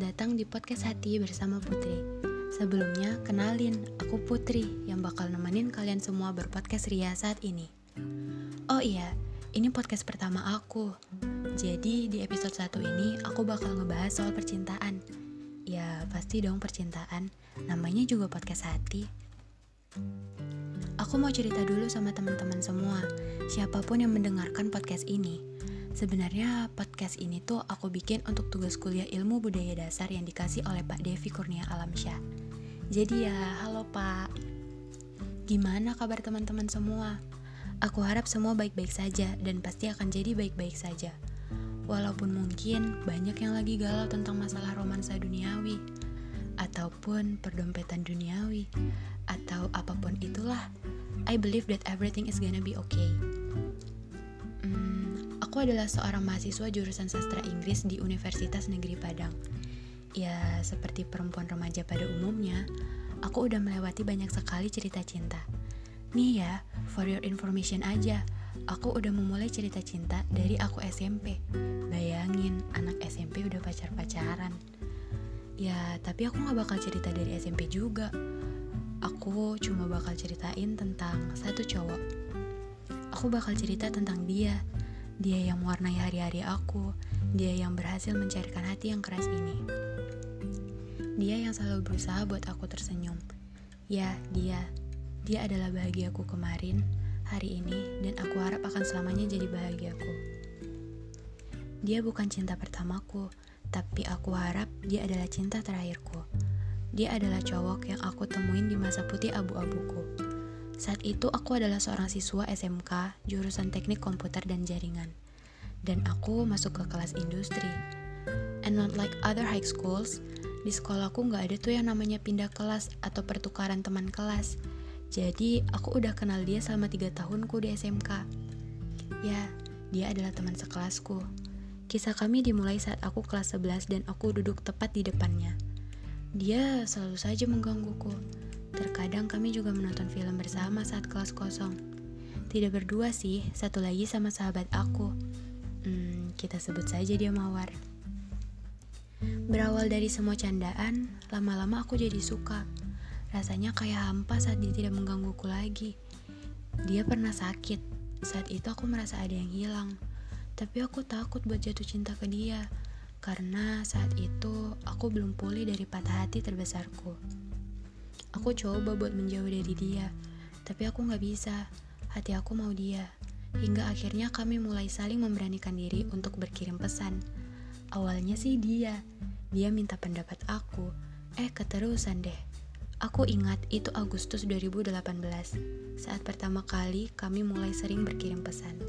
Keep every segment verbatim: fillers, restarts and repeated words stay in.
datang di podcast Hati bersama Putri. Sebelumnya, kenalin, aku Putri yang bakal nemenin kalian semua berpodcast Ria saat ini. Oh iya, ini podcast pertama aku. Jadi di episode satu ini aku bakal ngebahas soal percintaan. Ya pasti dong percintaan, namanya juga podcast Hati. Aku mau cerita dulu sama teman-teman semua, siapapun yang mendengarkan podcast ini. Sebenarnya podcast ini tuh aku bikin untuk tugas kuliah ilmu budaya dasar yang dikasih oleh Pak Devi Kurnia Alamsyah. Jadi ya, halo Pak. Gimana kabar teman-teman semua? Aku harap semua baik-baik saja dan pasti akan jadi baik-baik saja. Walaupun mungkin banyak yang lagi galau tentang masalah romansa duniawi, ataupun perdompetan duniawi, atau apapun itulah, I believe that everything is gonna be okay. Hmm, aku adalah seorang mahasiswa jurusan sastra Inggris di Universitas Negeri Padang. Ya, seperti perempuan remaja pada umumnya, aku udah melewati banyak sekali cerita cinta. Nih ya, for your information aja, aku udah memulai cerita cinta dari aku S M P. Bayangin, anak S M P udah pacar-pacaran. Ya, tapi aku gak bakal cerita dari S M P juga. Aku cuma bakal ceritain tentang satu cowok. Aku bakal cerita tentang dia. Dia yang mewarnai hari-hari aku. Dia yang berhasil mencairkan hati yang keras ini. Dia yang selalu berusaha buat aku tersenyum. Ya, dia. Dia adalah bahagiaku kemarin, hari ini, dan aku harap akan selamanya jadi bahagiaku. Dia bukan cinta pertamaku, tapi aku harap dia adalah cinta terakhirku. Dia adalah cowok yang aku temuin di masa putih abu-abuku. Saat itu aku adalah seorang siswa S M K jurusan teknik komputer dan jaringan. Dan aku masuk ke kelas industri. And not like other high schools, di sekolahku gak ada tuh yang namanya pindah kelas atau pertukaran teman kelas. Jadi aku udah kenal dia selama tiga tahunku di S M K. Ya, dia adalah teman sekelasku. Kisah kami dimulai saat aku kelas sebelas dan aku duduk tepat di depannya. Dia selalu saja menggangguku. Terkadang kami juga menonton film bersama saat kelas kosong. Tidak berdua sih, satu lagi sama sahabat aku. Hmm, kita sebut saja dia Mawar. Berawal dari semua candaan, lama-lama aku jadi suka. Rasanya kayak hampa saat dia tidak menggangguku lagi. Dia pernah sakit. Saat itu aku merasa ada yang hilang. Tapi aku takut buat jatuh cinta ke dia. Karena saat itu aku belum pulih dari patah hati terbesarku. Aku coba buat menjauh dari dia, tapi aku gak bisa. Hati aku mau dia. Hingga akhirnya kami mulai saling memberanikan diri untuk berkirim pesan. Awalnya sih dia. Dia minta pendapat aku. Eh, keterusan deh. Aku ingat itu Agustus dua ribu delapan belas. Saat pertama kali kami mulai sering berkirim pesan.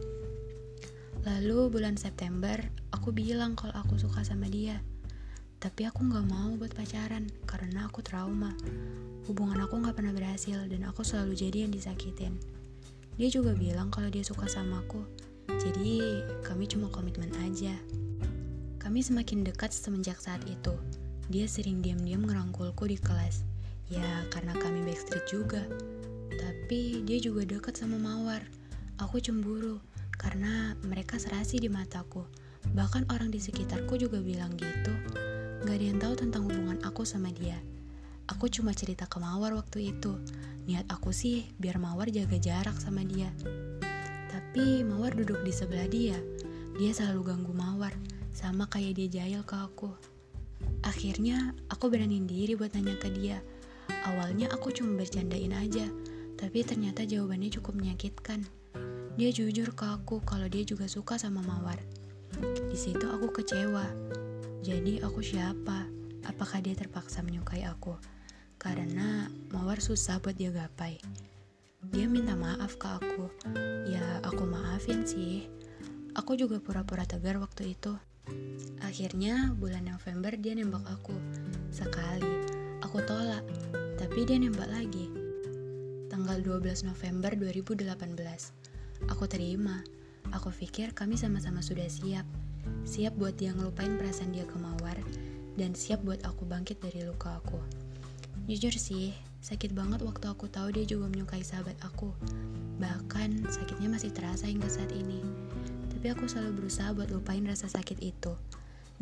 Lalu bulan September, aku bilang kalau aku suka sama dia. Tapi aku gak mau buat pacaran, karena aku trauma. Hubungan aku gak pernah berhasil, dan aku selalu jadi yang disakitin. Dia juga bilang kalau dia suka sama aku. Jadi, kami cuma komitmen aja. Kami semakin dekat semenjak saat itu. Dia sering diam-diam ngerangkulku di kelas. Ya, karena kami backstreet juga. Tapi, dia juga dekat sama Mawar. Aku cemburu. Karena mereka serasi di mataku. Bahkan orang di sekitarku juga bilang gitu. Gak ada yang tahu tentang hubungan aku sama dia. Aku cuma cerita ke Mawar waktu itu. Niat aku sih biar Mawar jaga jarak sama dia. Tapi Mawar duduk di sebelah dia. Dia selalu ganggu Mawar, sama kayak dia jahil ke aku. Akhirnya aku beraniin diri buat nanya ke dia. Awalnya aku cuma bercandain aja, tapi ternyata jawabannya cukup menyakitkan. Dia jujur ke aku kalau dia juga suka sama Mawar. Di situ aku kecewa. Jadi aku siapa? Apakah dia terpaksa menyukai aku? Karena Mawar susah buat dia gapai. Dia minta maaf ke aku. Ya aku maafin sih. Aku juga pura-pura tegar waktu itu. Akhirnya bulan November dia nembak aku. Sekali. Aku tolak. Tapi dia nembak lagi. Tanggal dua belas November dua ribu delapan belas. Aku terima. Aku pikir kami sama-sama sudah siap. Siap buat dia ngelupain perasaan dia ke Mawar. Dan siap buat aku bangkit dari luka aku. Jujur sih, sakit banget waktu aku tahu dia juga menyukai sahabat aku. Bahkan sakitnya masih terasa hingga saat ini. Tapi aku selalu berusaha buat lupain rasa sakit itu.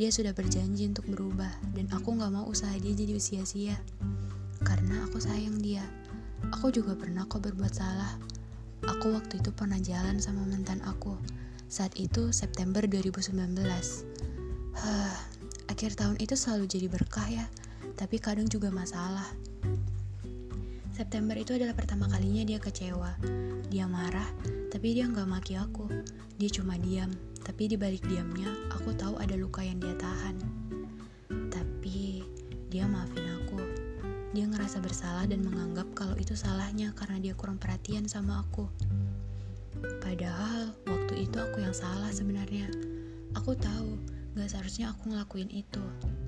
Dia sudah berjanji untuk berubah, dan aku gak mau usaha dia jadi sia-sia. Karena aku sayang dia. Aku juga pernah kok berbuat salah. Aku waktu itu pernah jalan sama mantan aku. Saat itu September dua ribu sembilan belas. Hah, akhir tahun itu selalu jadi berkah ya, tapi kadang juga masalah. September itu adalah pertama kalinya dia kecewa. Dia marah, tapi dia gak maki aku. Dia cuma diam, tapi di balik diamnya aku tahu ada luka yang dia tahan. Tapi dia maafin aku. Dia ngerasa bersalah dan menganggap kalau itu salahnya karena dia kurang perhatian sama aku. Padahal waktu itu aku yang salah sebenarnya. Aku tahu gak seharusnya aku ngelakuin itu.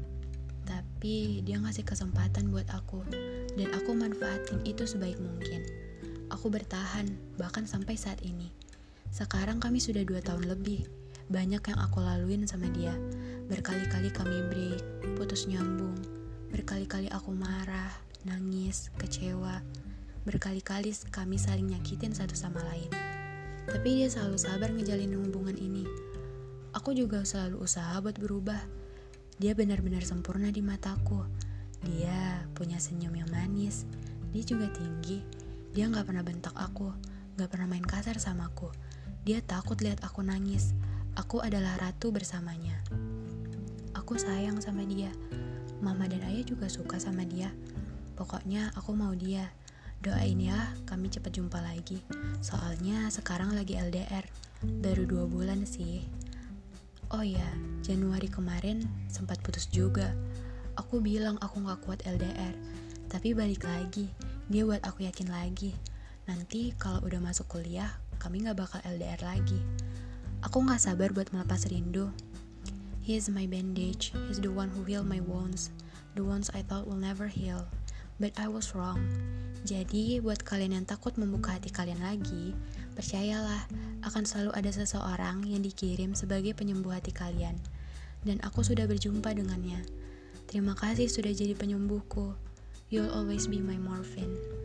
Tapi dia ngasih kesempatan buat aku, dan aku manfaatin itu sebaik mungkin. Aku bertahan, bahkan sampai saat ini. Sekarang kami sudah dua tahun lebih. Banyak yang aku laluin sama dia. Berkali-kali kami break, putus nyambung. Berkali-kali aku marah, nangis, kecewa. Berkali-kali kami saling nyakitin satu sama lain. Tapi dia selalu sabar ngejalin hubungan ini. Aku juga selalu usaha buat berubah. Dia benar-benar sempurna di mataku. Dia punya senyum yang manis. Dia juga tinggi. Dia gak pernah bentak aku, gak pernah main kasar sama aku. Dia takut lihat aku nangis. Aku adalah ratu bersamanya. Aku sayang sama dia. Mama dan ayah juga suka sama dia. Pokoknya aku mau dia. Doain ya kami cepat jumpa lagi. Soalnya sekarang lagi L D R. Baru dua bulan sih. Oh ya, Januari kemarin sempat putus juga. Aku bilang aku gak kuat L D R, tapi balik lagi. Dia buat aku yakin lagi. Nanti kalau udah masuk kuliah, kami gak bakal L D R lagi. Aku gak sabar buat melepas rindu. He is my bandage. He's the one who healed my wounds. The ones I thought will never heal. But I was wrong. Jadi, buat kalian yang takut membuka hati kalian lagi, percayalah, akan selalu ada seseorang yang dikirim sebagai penyembuh hati kalian. Dan aku sudah berjumpa dengannya. Terima kasih sudah jadi penyembuhku. You'll always be my morphine.